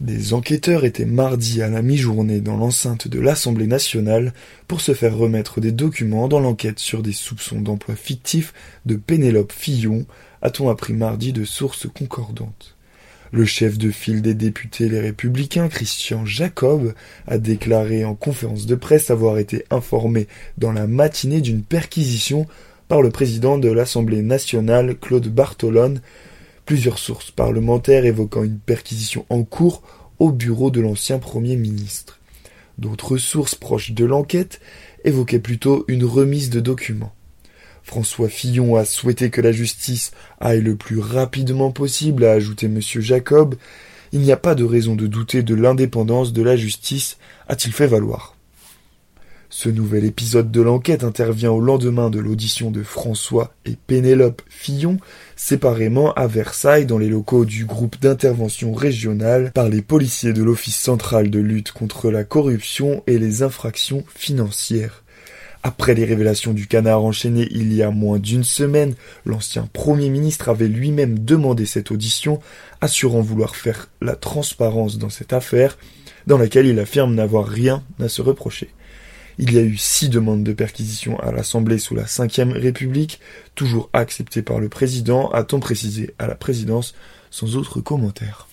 Des enquêteurs étaient mardi à la mi-journée dans l'enceinte de l'Assemblée nationale pour se faire remettre des documents dans l'enquête sur des soupçons d'emploi fictif de Pénélope Fillon, a-t-on appris mardi de sources concordantes. Le chef de file des députés Les Républicains, Christian Jacob, a déclaré en conférence de presse avoir été informé dans la matinée d'une perquisition par le président de l'Assemblée nationale, Claude Bartolone, plusieurs sources parlementaires évoquant une perquisition en cours au bureau de l'ancien Premier ministre. D'autres sources proches de l'enquête évoquaient plutôt une remise de documents. François Fillon a souhaité que la justice aille le plus rapidement possible, a ajouté M. Jacob. Il n'y a pas de raison de douter de l'indépendance de la justice, a-t-il fait valoir. Ce nouvel épisode de l'enquête intervient au lendemain de l'audition de François et Pénélope Fillon, séparément à Versailles dans les locaux du groupe d'intervention régionale par les policiers de l'Office central de lutte contre la corruption et les infractions financières. Après les révélations du canard enchaîné il y a moins d'une semaine, l'ancien Premier ministre avait lui-même demandé cette audition, assurant vouloir faire la transparence dans cette affaire, dans laquelle il affirme n'avoir rien à se reprocher. Il y a eu 6 demandes de perquisition à l'Assemblée sous la Ve République, toujours acceptées par le président, a-t-on précisé à la présidence, sans autre commentaire.